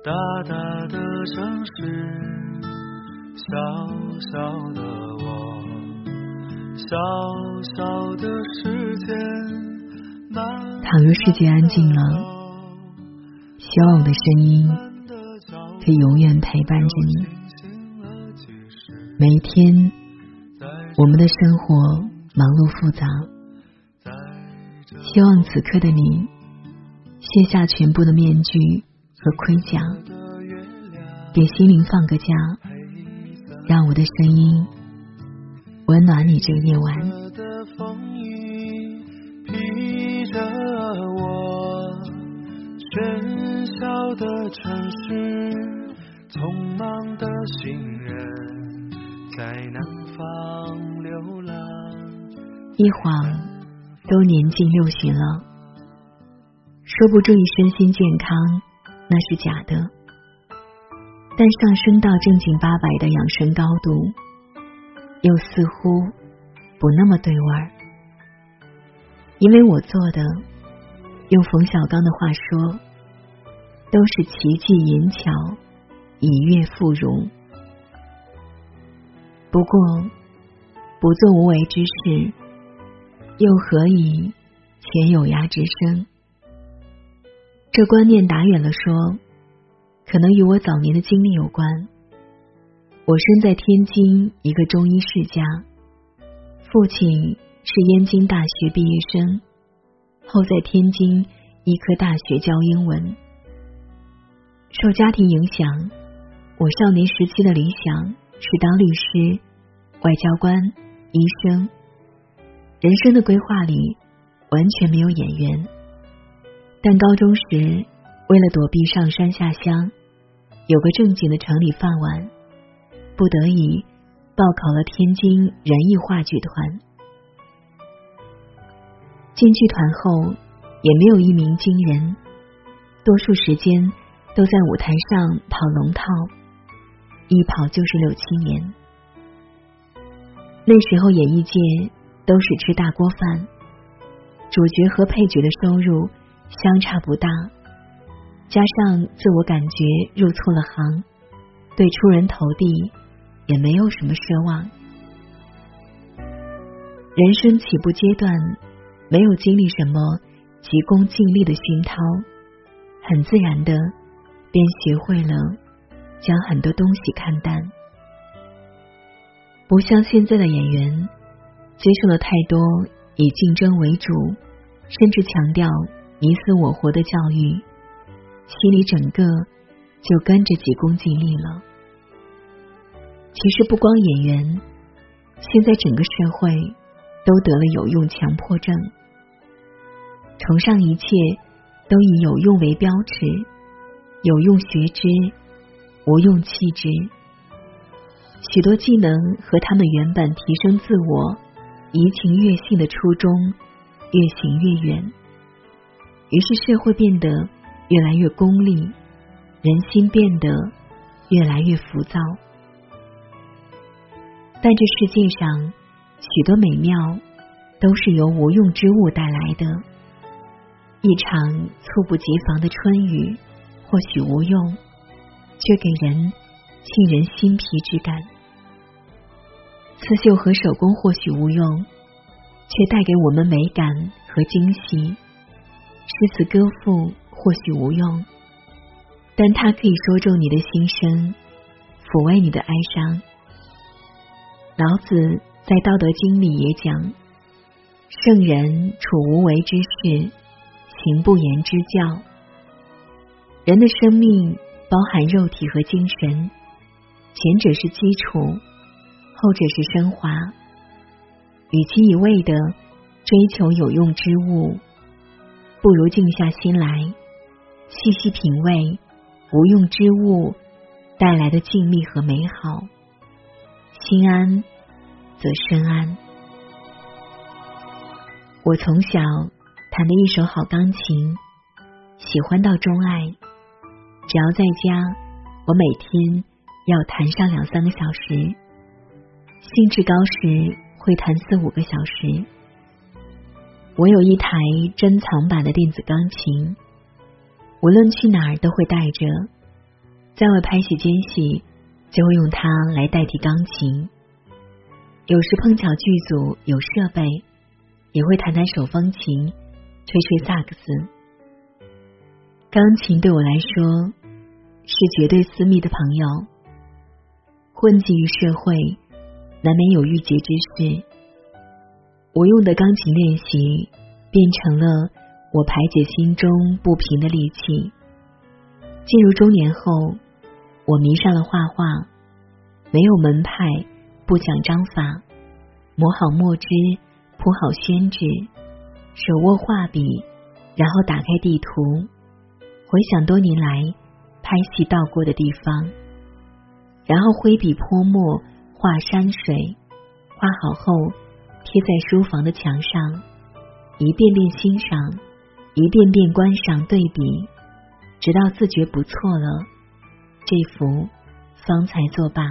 大大的城市，小小的我，小小的世界。 倘若世界安静了，希望我的声音可以永远陪伴着你。每一天，我们的生活忙碌复杂，希望此刻的你卸下全部的面具和盔甲，给心灵放个假，让我的声音温暖你这个夜晚。 喧嚣的城市，匆忙的行人在南方流浪。 一晃都年近60了，说不注意身心健康那是假的，但上升到正经八百的养生高度又似乎不那么对味儿。因为我做的，用冯小刚的话说，都是奇技淫巧，以悦妇孺。不过不做无为之事，又何以遣有涯之生？这观念打远了说，可能与我早年的经历有关。我生在天津一个中医世家，父亲是燕京大学毕业生，后在天津医科大学教英文。受家庭影响，我少年时期的理想是当律师、外交官、医生，人生的规划里完全没有演员。但高中时，为了躲避上山下乡，有个正经的城里饭碗，不得已报考了天津人艺话剧团。进剧团后也没有一鸣惊人，多数时间都在舞台上跑龙套，一跑就是6-7年。那时候演艺界都是吃大锅饭，主角和配角的收入相差不大，加上自我感觉入错了行，对出人头地也没有什么奢望。人生起步阶段没有经历什么急功近利的熏陶，很自然的便学会了将很多东西看淡。不像现在的演员，接受了太多以竞争为主，甚至强调你死我活的教育，心里整个就跟着急功近利了。其实不光演员，现在整个社会都得了有用强迫症，崇尚一切都以有用为标尺，有用学之，无用弃之。许多技能和他们原本提升自我、怡情悦性的初衷越行越远，于是社会变得越来越功利，人心变得越来越浮躁。但这世界上许多美妙都是由无用之物带来的，一场猝不及防的春雨或许无用，却给人沁人心脾之感。刺绣和手工或许无用，却带给我们美感和惊喜。诗词歌赋或许无用，但它可以说中你的心声，抚慰你的哀伤。老子在《道德经》里也讲，圣人处无为之事，行不言之教。人的生命包含肉体和精神，前者是基础，后者是升华。与其一味的追求有用之物，不如静下心来，细细品味无用之物带来的静谧和美好。心安则身安。我从小弹的一手好钢琴，喜欢到钟爱。只要在家，我每天要弹上2-3个小时，兴致高时会弹4-5个小时。我有一台珍藏版的电子钢琴，无论去哪儿都会带着， 在外拍戏间隙，就会用它来代替钢琴。有时碰巧剧组有设备，也会弹弹手风琴，吹吹萨克斯。钢琴对我来说是绝对私密的朋友，混迹于社会，难免有郁结之事。我用的钢琴练习变成了我排解心中不平的利器。进入中年后，我迷上了画画，没有门派，不讲章法，磨好墨汁，铺好宣纸，手握画笔，然后打开地图，回想多年来拍戏到过的地方，然后挥笔泼墨画山水，画好后贴在书房的墙上，一遍遍欣赏，一遍遍观赏对比，直到自觉不错了，这幅方才作罢。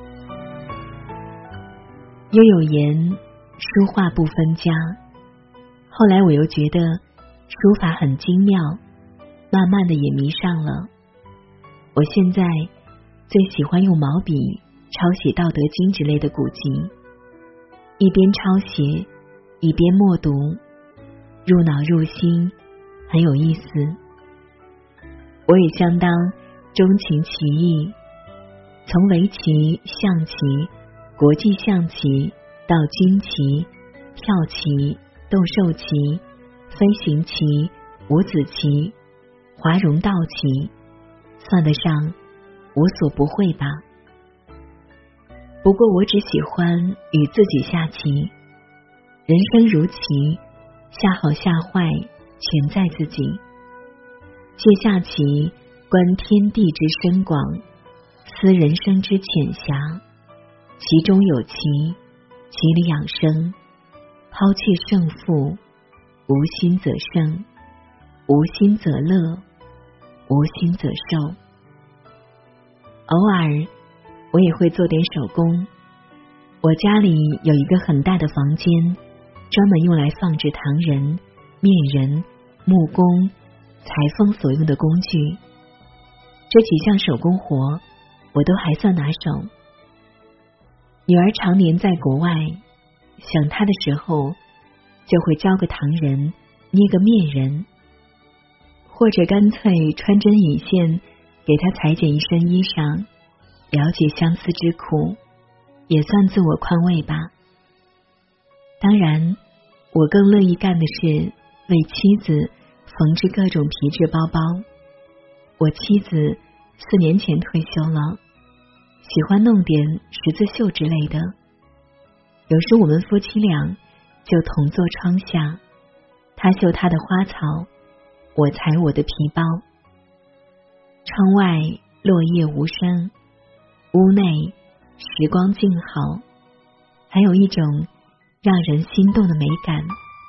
又有言书画不分家，后来我又觉得书法很精妙，慢慢的也迷上了。我现在最喜欢用毛笔抄写《道德经》之类的古籍，一边抄写一边默读，入脑入心，很有意思。我也相当钟情棋艺，从围棋、象棋、国际象棋到军棋、跳棋、斗兽棋、飞行棋、五子棋、华容道棋，算得上无所不会吧。不过我只喜欢与自己下棋，人生如棋，下好下坏全在自己。借下棋观天地之深广，思人生之浅狭，其中有棋，其里养生，抛弃胜负，无心则胜，无心则乐，无心则受。偶尔我也会做点手工，我家里有一个很大的房间，专门用来放置糖人、面人、木工、裁缝所用的工具。这几项手工活我都还算拿手。女儿常年在国外，想她的时候就会教个糖人，捏个面人，或者干脆穿针引线给她裁剪一身衣裳，了解相思之苦，也算自我宽慰吧。当然我更乐意干的是为妻子缝制各种皮质包包。我妻子4年前退休了，喜欢弄点十字绣之类的，有时我们夫妻俩就同坐窗下，他绣他的花草，我裁我的皮包。窗外落叶无声，屋内时光静好，还有一种让人心动的美感。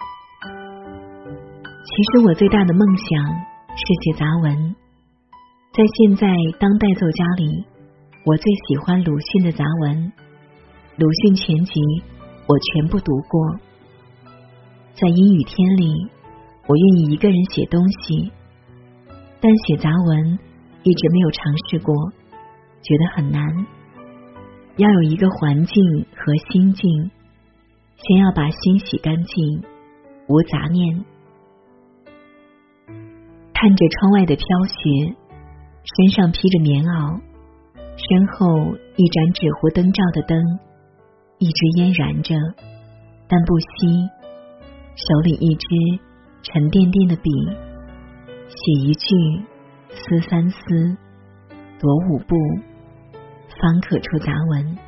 其实我最大的梦想是写杂文，在现在当代作家里，我最喜欢鲁迅的杂文，鲁迅全集我全部读过。在阴雨天里，我愿意一个人写东西，但写杂文一直没有尝试过，觉得很难。要有一个环境和心境，先要把心洗干净，无杂念。看着窗外的飘雪，身上披着棉袄，身后一盏纸糊灯罩的灯一直烟燃着，但不熄，手里一支沉甸甸的笔，写一句思三思，踱5步，方可出杂文。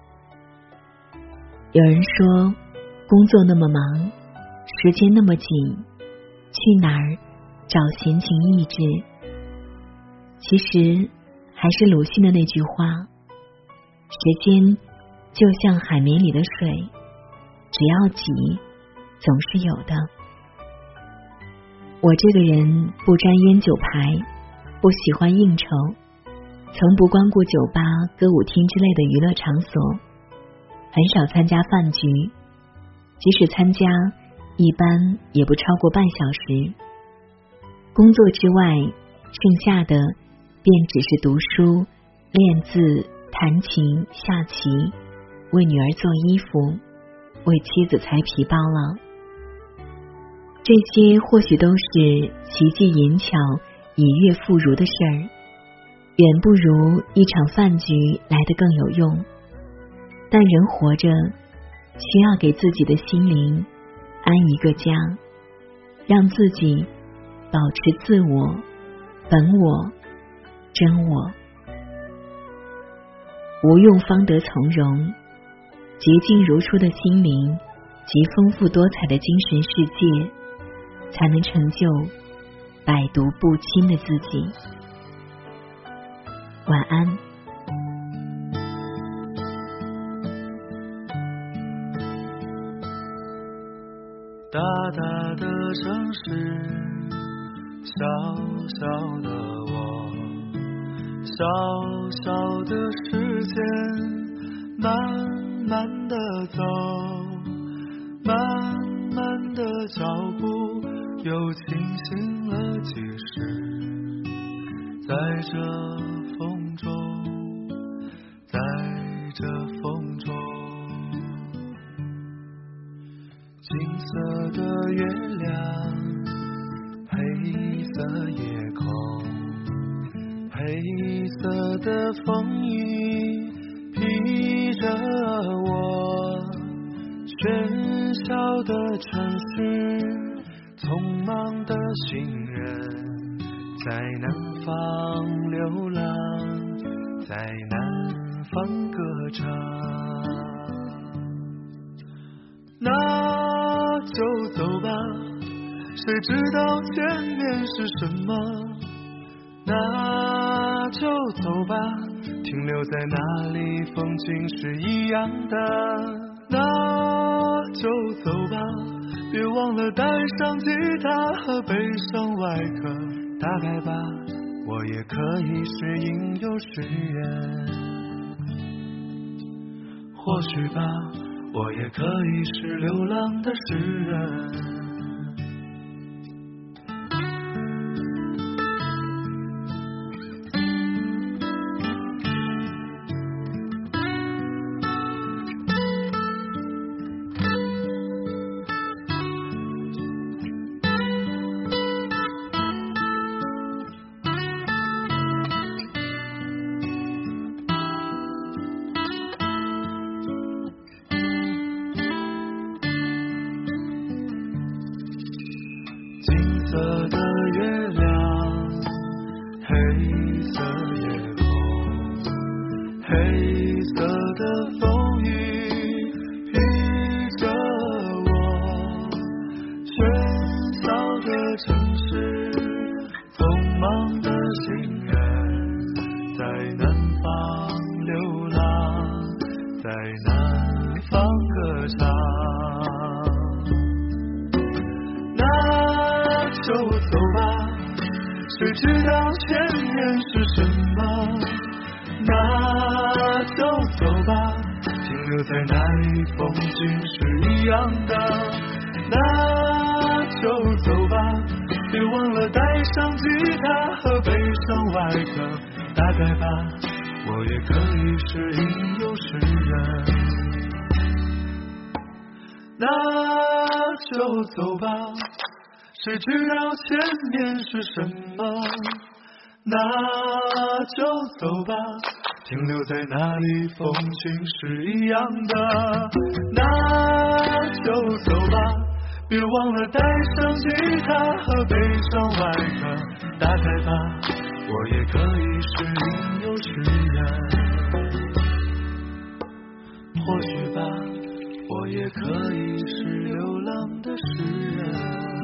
有人说工作那么忙，时间那么紧，去哪儿找闲情逸致？其实还是鲁迅的那句话，时间就像海绵里的水，只要挤总是有的。我这个人不沾烟酒牌，不喜欢应酬，从不光顾酒吧、歌舞厅之类的娱乐场所，很少参加饭局，即使参加，一般也不超过半小时。工作之外，剩下的便只是读书、练字、弹琴、下棋，为女儿做衣服，为妻子裁皮包了。这些或许都是奇技淫巧、以悦妇孺的事儿，远不如一场饭局来得更有用。但人活着，需要给自己的心灵安一个家，让自己保持自我、本我、真我。无用方得从容，洁净如初的心灵及丰富多彩的精神世界，才能成就百毒不侵的自己。晚安。 大大的城市，小小的我，小小的时间，慢慢的走，慢慢的脚步，又清醒了几时。在这风中，在这风中，金色的月亮，黑色夜空，黑色的风雨披着我。喧嚣的城市，匆忙的行人，在南方流浪，在南方歌唱。那就走吧，谁知道前面是什么？那就走吧，停留在那里风景是一样的。那就走吧，别忘了带上吉他和悲伤外壳。大概吧，我也可以是吟游诗人，或许吧，我也可以是流浪的诗人。金色的月亮，黑色夜空，黑色的风雨披着我。喧嚣的城市，匆忙的行人，在南方流浪，在南方歌唱。就走吧，谁知道前面是什么？那就走吧，停留在那里风景是一样的。那就走吧，别忘了带上吉他和悲伤外壳。大概吧，我也可以是吟游诗人。那就走吧，谁知道前面是什么？那就走吧，停留在那里风景是一样的。那就走吧，别忘了带上吉他和悲伤外壳。大概吧，我也可以是吟游诗人，或许吧，我也可以是流浪的诗人。